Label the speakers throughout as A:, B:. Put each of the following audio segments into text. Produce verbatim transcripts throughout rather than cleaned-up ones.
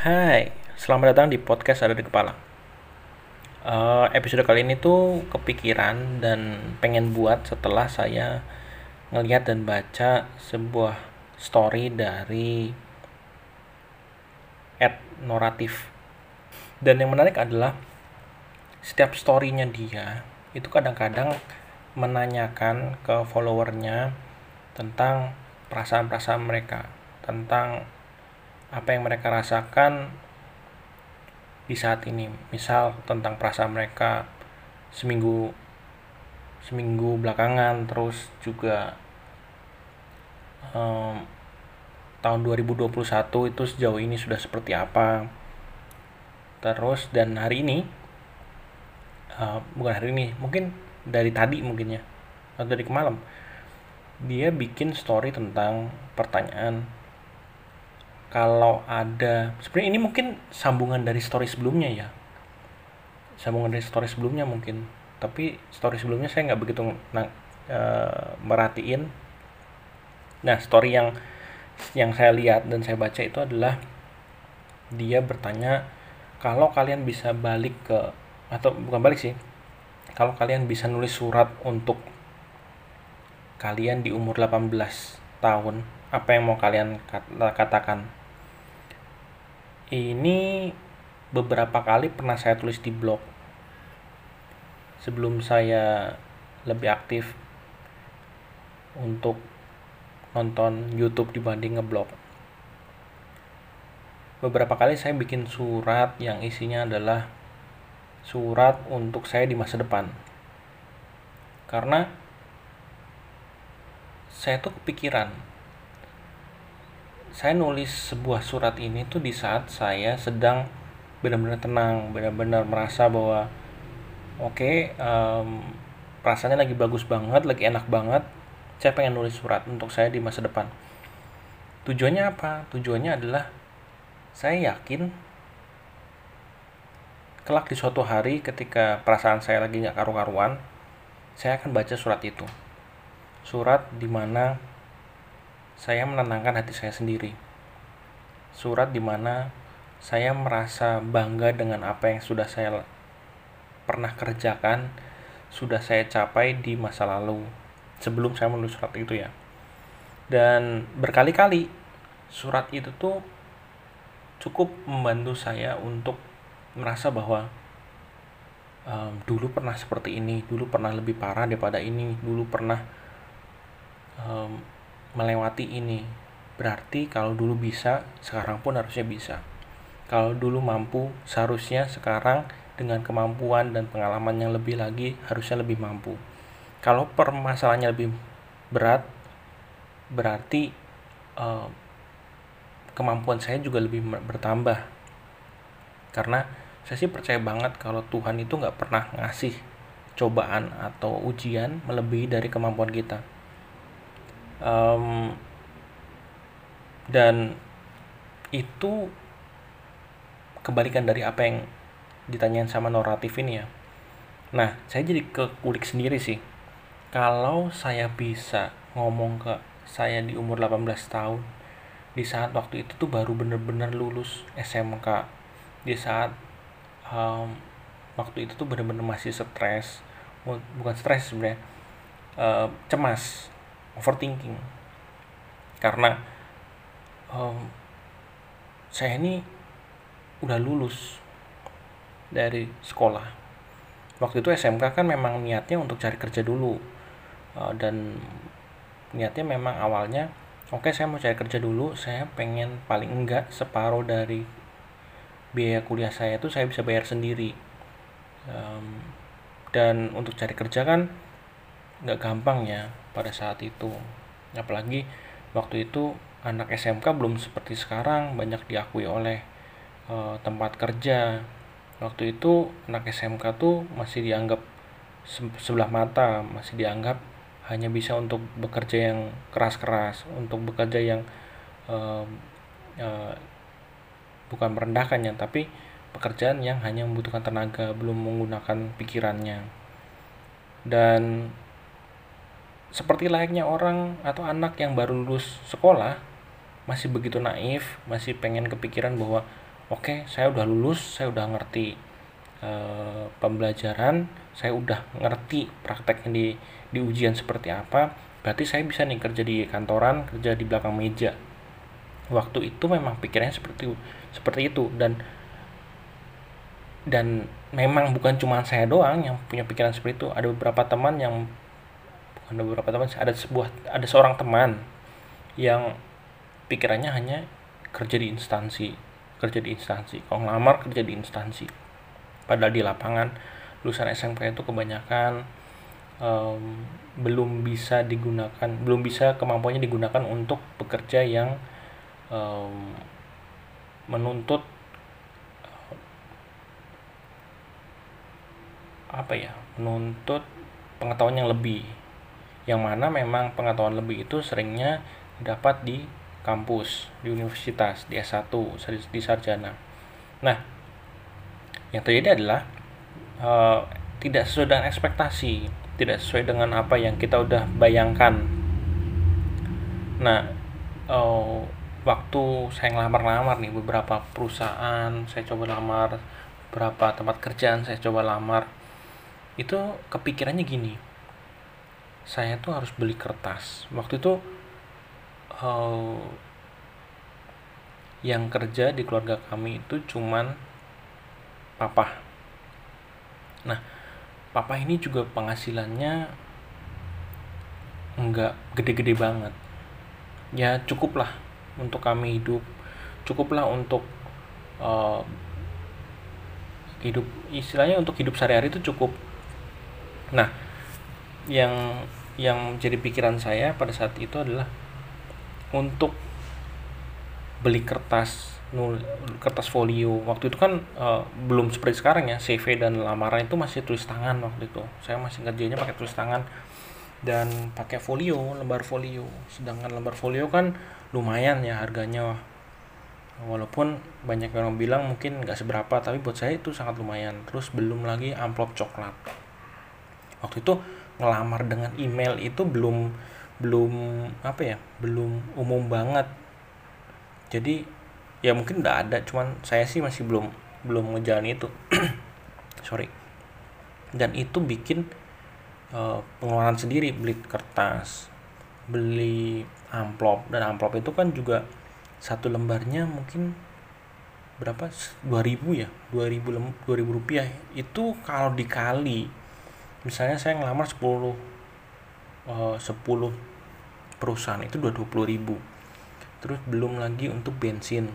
A: Hai, selamat datang di podcast Ada di Kepala. Uh, episode kali ini tuh kepikiran dan pengen buat setelah saya ngeliat dan baca sebuah story dari Ed Noratif. Dan yang menarik adalah setiap story-nya dia itu kadang-kadang menanyakan ke followernya tentang perasaan-perasaan mereka, tentang apa yang mereka rasakan di saat ini, misal tentang perasaan mereka seminggu seminggu belakangan, terus juga um, tahun dua ribu dua puluh satu itu sejauh ini sudah seperti apa. Terus dan hari ini, uh, bukan hari ini, mungkin dari tadi mungkin ya, atau dari kemalam, dia bikin story tentang pertanyaan kalau ada, sebenarnya ini mungkin sambungan dari story sebelumnya ya, sambungan dari story sebelumnya mungkin, tapi story sebelumnya saya nggak begitu nah, e, merhatiin. Nah, story yang yang saya lihat dan saya baca itu adalah dia bertanya kalau kalian bisa balik ke, atau bukan balik sih, kalau kalian bisa nulis surat untuk kalian di umur delapan belas tahun, apa yang mau kalian katakan. Ini beberapa kali pernah saya tulis di blog sebelum saya lebih aktif untuk nonton YouTube dibanding ngeblog. Beberapa kali saya bikin surat yang isinya adalah surat untuk saya di masa depan. Karena saya tuh kepikiran, saya nulis sebuah surat ini tuh di saat saya sedang benar-benar tenang, benar-benar merasa bahwa oke, okay, um, rasanya lagi bagus banget, lagi enak banget. Saya pengen nulis surat untuk saya di masa depan. Tujuannya apa? Tujuannya adalah saya yakin kelak di suatu hari ketika perasaan saya lagi gak karu-karuan, saya akan baca surat itu. Surat di mana saya menenangkan hati saya sendiri. Surat di mana saya merasa bangga dengan apa yang sudah saya pernah kerjakan, sudah saya capai di masa lalu sebelum saya menulis surat itu ya. Dan berkali-kali surat itu tuh cukup membantu saya untuk merasa bahwa um, dulu pernah seperti ini, dulu pernah lebih parah daripada ini, dulu pernah um, melewati ini. Berarti kalau dulu bisa, sekarang pun harusnya bisa. Kalau dulu mampu, seharusnya sekarang dengan kemampuan dan pengalaman yang lebih lagi harusnya lebih mampu. Kalau permasalahannya lebih berat, berarti uh, kemampuan saya juga lebih bertambah. Karena saya sih percaya banget kalau Tuhan itu gak pernah ngasih cobaan atau ujian melebihi dari kemampuan kita. Um, dan itu kebalikan dari apa yang ditanyain sama Noratif ini ya. Nah, saya jadi kekulik sendiri sih. Kalau saya bisa ngomong ke saya di umur delapan belas tahun, di saat waktu itu tuh baru bener-bener lulus S M K, di saat um, waktu itu tuh bener-bener masih stres, bukan stres sebenarnya, uh, cemas, overthinking, karena um, saya ini udah lulus dari sekolah. Waktu itu S M K kan memang niatnya untuk cari kerja dulu, uh, dan niatnya memang awalnya oke okay, saya mau cari kerja dulu, saya pengen paling enggak separuh dari biaya kuliah saya itu saya bisa bayar sendiri. Um, dan untuk cari kerja kan nggak gampang ya pada saat itu, apalagi waktu itu anak S M K belum seperti sekarang banyak diakui oleh uh, tempat kerja. Waktu itu anak S M K tuh masih dianggap sebelah mata, masih dianggap hanya bisa untuk bekerja yang keras-keras, untuk bekerja yang uh, uh, bukan merendahkannya, tapi pekerjaan yang hanya membutuhkan tenaga, belum menggunakan pikirannya. Dan seperti layaknya orang atau anak yang baru lulus sekolah, masih begitu naif, masih pengen kepikiran bahwa Oke, saya udah lulus, saya udah ngerti eh, pembelajaran, saya udah ngerti prakteknya di di ujian seperti apa, berarti saya bisa nih kerja di kantoran, kerja di belakang meja. Waktu itu memang pikirannya seperti seperti itu, dan dan memang bukan cuma saya doang yang punya pikiran seperti itu. Ada beberapa teman yang bukan ada beberapa teman, ada sebuah ada seorang teman yang pikirannya hanya kerja di instansi, kerja di instansi, kalau ngelamar kerja di instansi. Padahal di lapangan lulusan S M K itu kebanyakan um, belum bisa digunakan, belum bisa kemampuannya digunakan untuk bekerja yang um, menuntut apa ya, menuntut pengetahuan yang lebih, yang mana memang pengetahuan lebih itu seringnya dapat di kampus, di universitas, di S satu, di sarjana. Nah, yang terjadi adalah uh, tidak sesuai dengan ekspektasi, tidak sesuai dengan apa yang kita udah bayangkan. Nah, uh, waktu saya ngelamar-lamar nih beberapa perusahaan, saya coba lamar, beberapa tempat kerjaan saya coba lamar, itu kepikirannya gini, saya tuh harus beli kertas. Waktu itu uh, yang kerja di keluarga kami itu cuman papa. Nah, papa ini juga penghasilannya nggak gede-gede banget. Ya cukuplah untuk kami hidup, cukuplah untuk uh, hidup, istilahnya untuk hidup sehari-hari itu cukup. Nah, yang yang jadi pikiran saya pada saat itu adalah untuk beli kertas nul kertas folio. Waktu itu kan uh, belum seperti sekarang ya, C V dan lamaran itu masih tulis tangan. Waktu itu saya masih ngerjainnya pakai tulis tangan dan pakai folio, lembar folio. Sedangkan lembar folio kan lumayan ya harganya, walaupun banyak orang bilang mungkin nggak seberapa, tapi buat saya itu sangat lumayan. Terus belum lagi amplop coklat. Waktu itu ngelamar dengan email itu belum belum apa ya, belum umum banget. Jadi ya mungkin udah ada, cuman saya sih masih belum belum ngejalan itu. Sorry. Dan itu bikin uh, pengeluaran sendiri, beli kertas, beli amplop, dan amplop itu kan juga satu lembarnya mungkin berapa, dua ribu ya, dua ribu dua ribu rupiah. Itu kalau dikali, misalnya saya ngelamar sepuluh uh, sepuluh perusahaan, itu dua puluh ribu. Terus belum lagi untuk bensin.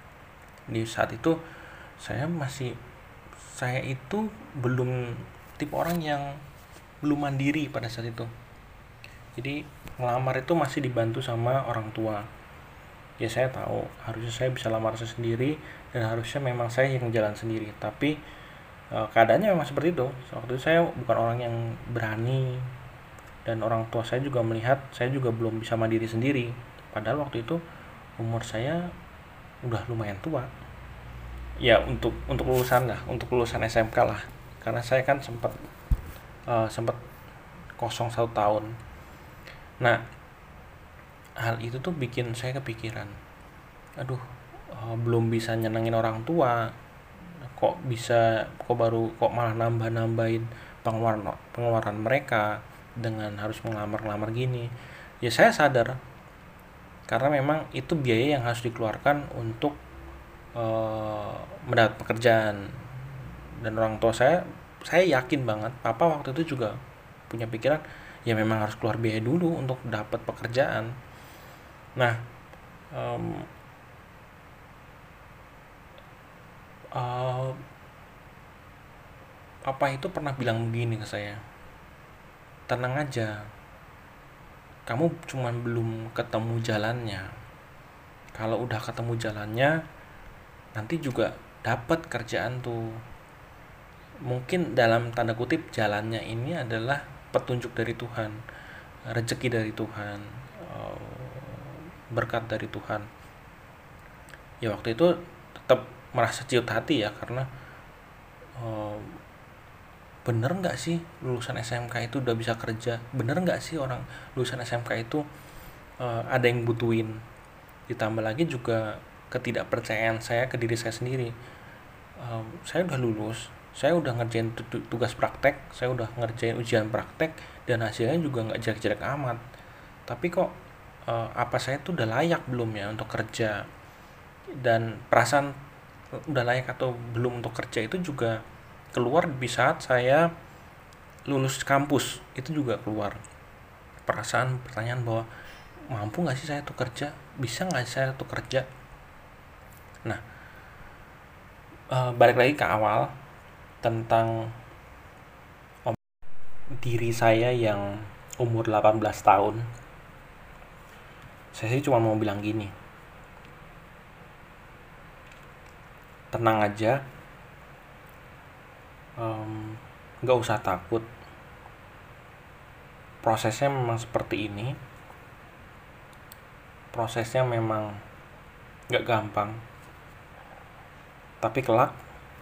A: Di saat itu saya masih saya itu belum tipe orang yang belum mandiri pada saat itu. Jadi ngelamar itu masih dibantu sama orang tua. Ya saya tahu harusnya saya bisa lamar sendiri dan harusnya memang saya yang jalan sendiri. Tapi e, keadaannya memang seperti itu. Waktu itu saya bukan orang yang berani, dan orang tua saya juga melihat saya juga belum bisa mandiri sendiri. Padahal waktu itu umur saya udah lumayan tua. Ya untuk untuk lulusan lah, untuk lulusan S M K lah. Karena saya kan sempat uh, sempat kosong satu tahun. Nah, hal itu tuh bikin saya kepikiran, aduh, uh, belum bisa nyenengin orang tua, kok bisa, kok baru, kok malah nambah-nambahin pengeluaran pengeluaran mereka dengan harus ngelamar-ngelamar gini. Ya saya sadar, karena memang itu biaya yang harus dikeluarkan untuk uh, mendapat pekerjaan. Dan orang tua saya, saya yakin banget papa waktu itu juga punya pikiran, ya memang harus keluar biaya dulu untuk dapat pekerjaan. Nah, um, uh, papa itu pernah bilang begini ke saya, tenang aja, kamu cuman belum ketemu jalannya. Kalau udah ketemu jalannya, nanti juga dapat kerjaan tuh. Mungkin dalam tanda kutip jalannya ini adalah petunjuk dari Tuhan, rezeki dari Tuhan, berkat dari Tuhan. Ya waktu itu tetap merasa ciut hati ya, karena uh, bener nggak sih lulusan S M K itu udah bisa kerja? Bener nggak sih orang lulusan S M K itu uh, ada yang butuhin? Ditambah lagi juga ketidakpercayaan saya ke diri saya sendiri. Um, saya udah lulus, saya udah ngerjain tugas praktek, saya udah ngerjain ujian praktek, dan hasilnya juga nggak jelek-jelek amat. Tapi kok uh, apa saya tuh udah layak belum ya untuk kerja? Dan perasaan udah layak atau belum untuk kerja itu juga keluar di saat saya lulus kampus. Itu juga keluar perasaan, pertanyaan bahwa mampu nggak sih saya tuh kerja, bisa nggak sih saya tuh kerja. Nah, uh, balik lagi ke awal tentang diri saya yang umur delapan belas tahun. Saya sih cuma mau bilang gini, tenang aja, um, nggak usah takut. Prosesnya memang seperti ini. Prosesnya memang nggak gampang. Tapi kelak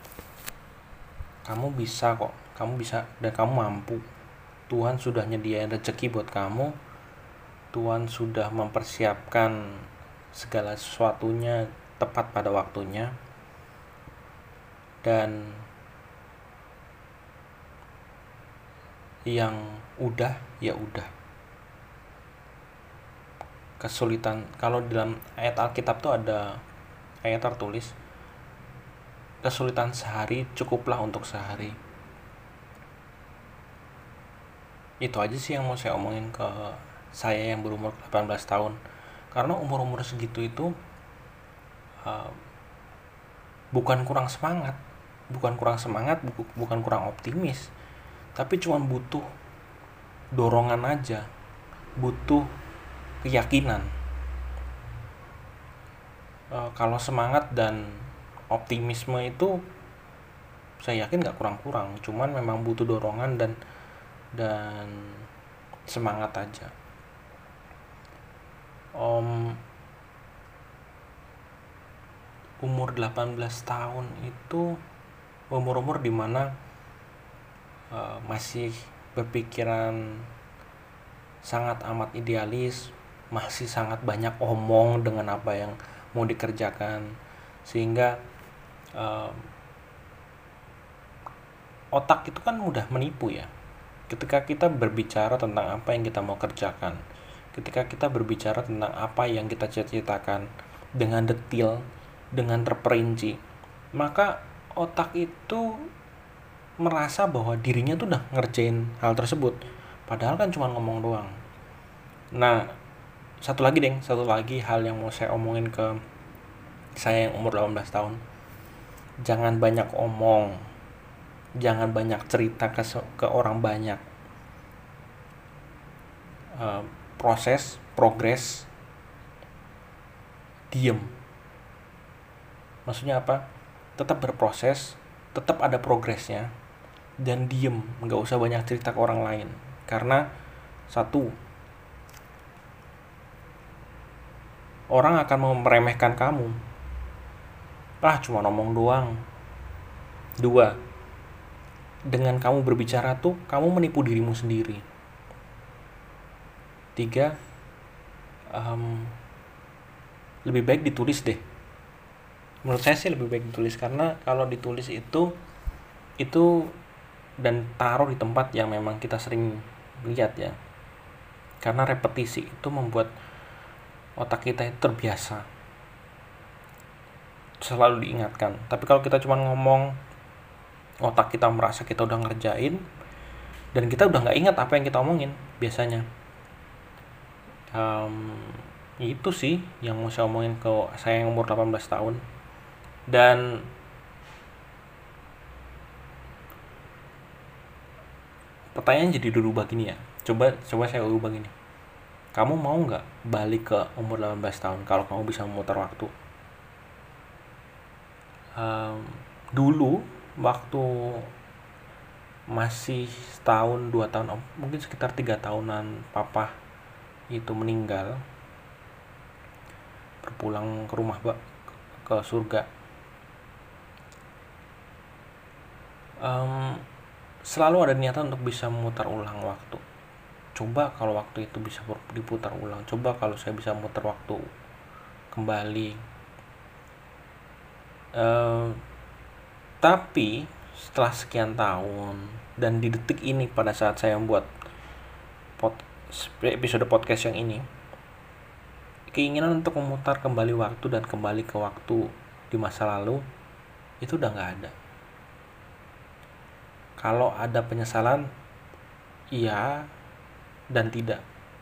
A: kamu bisa kok, kamu bisa dan kamu mampu. Tuhan sudah nyediain rezeki buat kamu. Tuhan sudah mempersiapkan segala sesuatunya tepat pada waktunya. Dan yang udah ya udah. Kesulitan, kalau dalam ayat Alkitab tuh ada ayat tertulis, kesulitan sehari cukuplah untuk sehari. Itu aja sih yang mau saya omongin ke saya yang berumur delapan belas tahun. Karena umur-umur segitu itu uh, bukan kurang semangat, bukan kurang semangat, bu- bukan kurang optimis, tapi cuma butuh dorongan aja, butuh keyakinan. Uh, kalau semangat dan optimisme itu saya yakin nggak kurang-kurang, cuman memang butuh dorongan dan dan semangat aja. Om umur delapan belas tahun itu umur-umur dimana uh, masih berpikiran sangat amat idealis, masih sangat banyak omong dengan apa yang mau dikerjakan, sehingga uh, otak itu kan mudah menipu ya. Ketika kita berbicara tentang apa yang kita mau kerjakan, ketika kita berbicara tentang apa yang kita cita-citakan dengan detail, dengan terperinci, maka otak itu merasa bahwa dirinya tuh udah ngerjain hal tersebut, padahal kan cuma ngomong doang. Nah, satu lagi deng, satu lagi hal yang mau saya omongin ke saya yang umur delapan belas tahun. Jangan banyak omong, jangan banyak cerita ke, ke orang banyak. Uh, proses, progres, diem. Maksudnya apa? Tetap berproses, tetap ada progresnya, dan diem. Nggak usah banyak cerita ke orang lain. Karena satu, orang akan meremehkan kamu. Ah, cuma ngomong doang. Dua, dengan kamu berbicara tuh, kamu menipu dirimu sendiri. Tiga, um, lebih baik ditulis deh. Menurut saya sih lebih baik ditulis, karena kalau ditulis itu itu dan taruh di tempat yang memang kita sering lihat ya. Karena repetisi itu membuat otak kita itu terbiasa, selalu diingatkan. Tapi kalau kita cuma ngomong, otak kita merasa kita udah ngerjain, dan kita udah nggak ingat apa yang kita omongin biasanya. Um, itu sih yang mau saya omongin ke saya yang umur delapan belas tahun. Dan pertanyaan jadi berubah gini ya. Coba coba saya ubah gini. Kamu mau nggak balik ke umur delapan belas tahun kalau kamu bisa memutar waktu? Um, dulu waktu masih setahun dua tahun, mungkin sekitar tiga tahunan, papa itu meninggal, berpulang ke rumah bak ke surga. Um, selalu ada niatan untuk bisa memutar ulang waktu. Coba kalau waktu itu bisa diputar ulang, coba kalau saya bisa memutar waktu kembali, Uh, tapi setelah sekian tahun dan di detik ini pada saat saya membuat pod, episode podcast yang ini, keinginan untuk memutar kembali waktu dan kembali ke waktu di masa lalu itu udah nggak ada. Kalau ada penyesalan, iya dan tidak.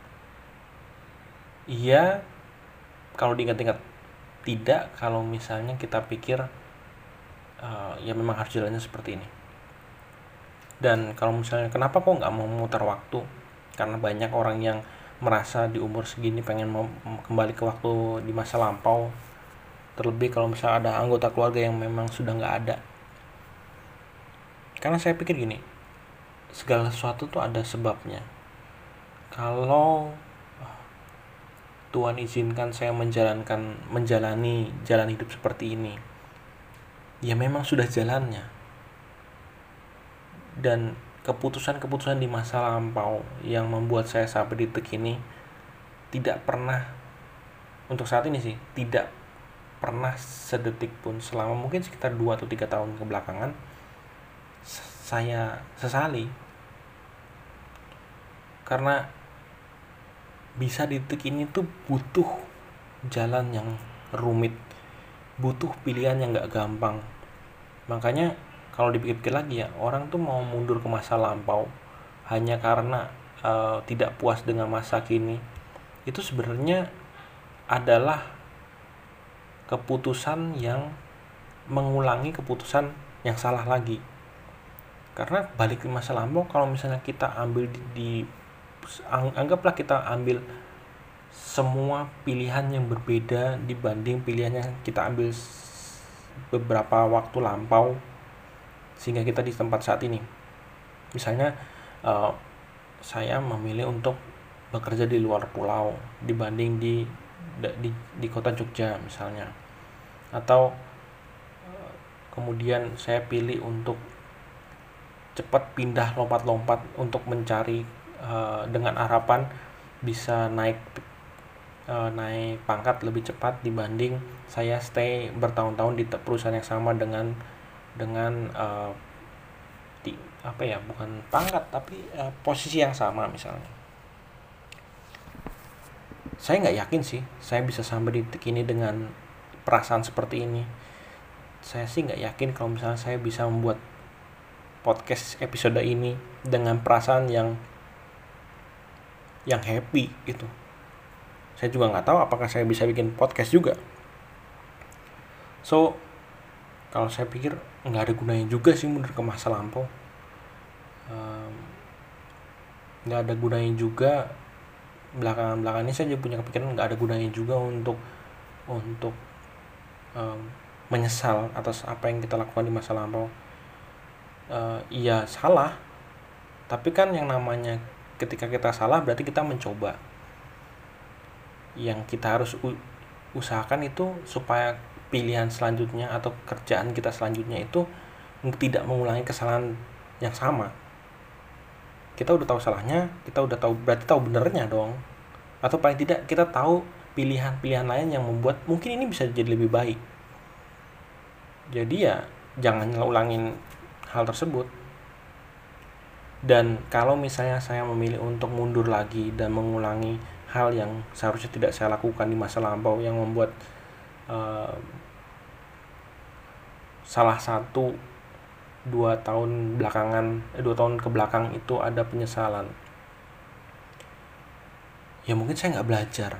A: Iya kalau diingat-ingat, tidak kalau misalnya kita pikir uh, ya memang harus jalannya seperti ini. Dan kalau misalnya kenapa kok nggak mau memutar waktu, karena banyak orang yang merasa di umur segini pengen mau kembali ke waktu di masa lampau, terlebih kalau misalnya ada anggota keluarga yang memang sudah nggak ada. Karena saya pikir gini, segala sesuatu tuh ada sebabnya. Kalau Tuhan izinkan saya menjalankan menjalani jalan hidup seperti ini, ya memang sudah jalannya. Dan keputusan-keputusan di masa lampau yang membuat saya sampai di titik ini tidak pernah, untuk saat ini sih, tidak pernah sedetik pun selama mungkin sekitar dua atau tiga tahun kebelakangan saya sesali. Karena bisa di titik ini tuh butuh jalan yang rumit, butuh pilihan yang gak gampang. Makanya kalau dipikir-pikir lagi ya, orang tuh mau mundur ke masa lampau hanya karena uh, tidak puas dengan masa kini, itu sebenarnya adalah keputusan yang mengulangi keputusan yang salah lagi. Karena balik ke masa lampau, kalau misalnya kita ambil di, di anggaplah kita ambil semua pilihan yang berbeda dibanding pilihan yang kita ambil beberapa waktu lampau sehingga kita di tempat saat ini. Misalnya uh, saya memilih untuk bekerja di luar pulau dibanding di di, di kota Jogja misalnya, atau uh, kemudian saya pilih untuk cepat pindah lompat-lompat untuk mencari uh, dengan harapan bisa naik uh, naik pangkat lebih cepat dibanding saya stay bertahun-tahun di perusahaan yang sama dengan dengan uh, di, apa ya bukan pangkat tapi uh, posisi yang sama misalnya. Saya nggak yakin sih saya bisa sampai di titik ini dengan perasaan seperti ini. Saya sih nggak yakin kalau misalnya saya bisa membuat podcast episode ini dengan perasaan yang yang happy gitu. Saya juga nggak tahu apakah saya bisa bikin podcast juga. So kalau saya pikir nggak ada gunanya juga sih mundur ke masa lampau. Um, nggak ada gunanya juga. Belakangan-belakangan ini saya juga punya kepikiran nggak ada gunanya juga untuk untuk um, menyesal atas apa yang kita lakukan di masa lampau. Uh, iya salah, tapi kan yang namanya ketika kita salah berarti kita mencoba. Yang kita harus u- usahakan itu supaya pilihan selanjutnya atau kerjaan kita selanjutnya itu tidak mengulangi kesalahan yang sama. Kita udah tahu salahnya, kita udah tahu berarti tahu benernya dong. Atau paling tidak kita tahu pilihan-pilihan lain yang membuat mungkin ini bisa jadi lebih baik. Jadi ya jangan ulangin hal tersebut. Dan kalau misalnya saya memilih untuk mundur lagi dan mengulangi hal yang seharusnya tidak saya lakukan di masa lampau yang membuat uh, salah satu dua tahun belakangan eh, dua tahun ke belakang itu ada penyesalan, ya mungkin saya nggak belajar.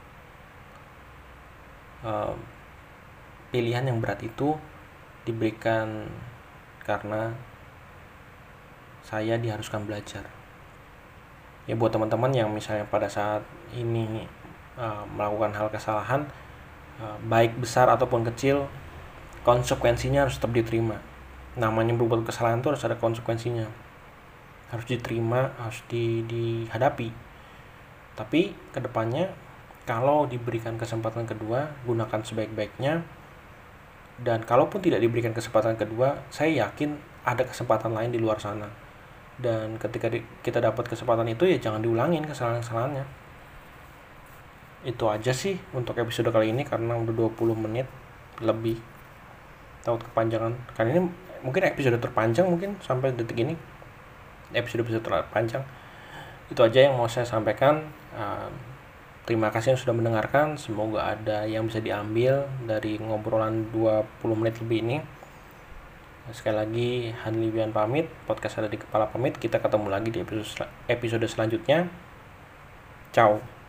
A: Uh, pilihan yang berat itu diberikan karena saya diharuskan belajar. Ya buat teman-teman yang misalnya pada saat ini uh, melakukan hal kesalahan, uh, baik besar ataupun kecil, konsekuensinya harus tetap diterima. Namanya berbuat kesalahan itu harus ada konsekuensinya, harus diterima, harus di, dihadapi. Tapi kedepannya kalau diberikan kesempatan kedua, gunakan sebaik-baiknya. Dan kalaupun tidak diberikan kesempatan kedua, saya yakin ada kesempatan lain di luar sana. Dan ketika di, kita dapat kesempatan itu ya jangan diulangin kesalahan-kesalahannya. Itu aja sih untuk episode kali ini karena udah dua puluh menit lebih. takut kepanjangan, karena ini mungkin episode terpanjang mungkin sampai detik ini, episode episode terpanjang. Itu aja yang mau saya sampaikan. uh, terima kasih yang sudah mendengarkan, semoga ada yang bisa diambil dari ngobrolan dua puluh menit lebih ini. Sekali lagi, Hanli Bian pamit, podcast ada di kepala pamit. Kita ketemu lagi di episode episode selanjutnya. Ciao.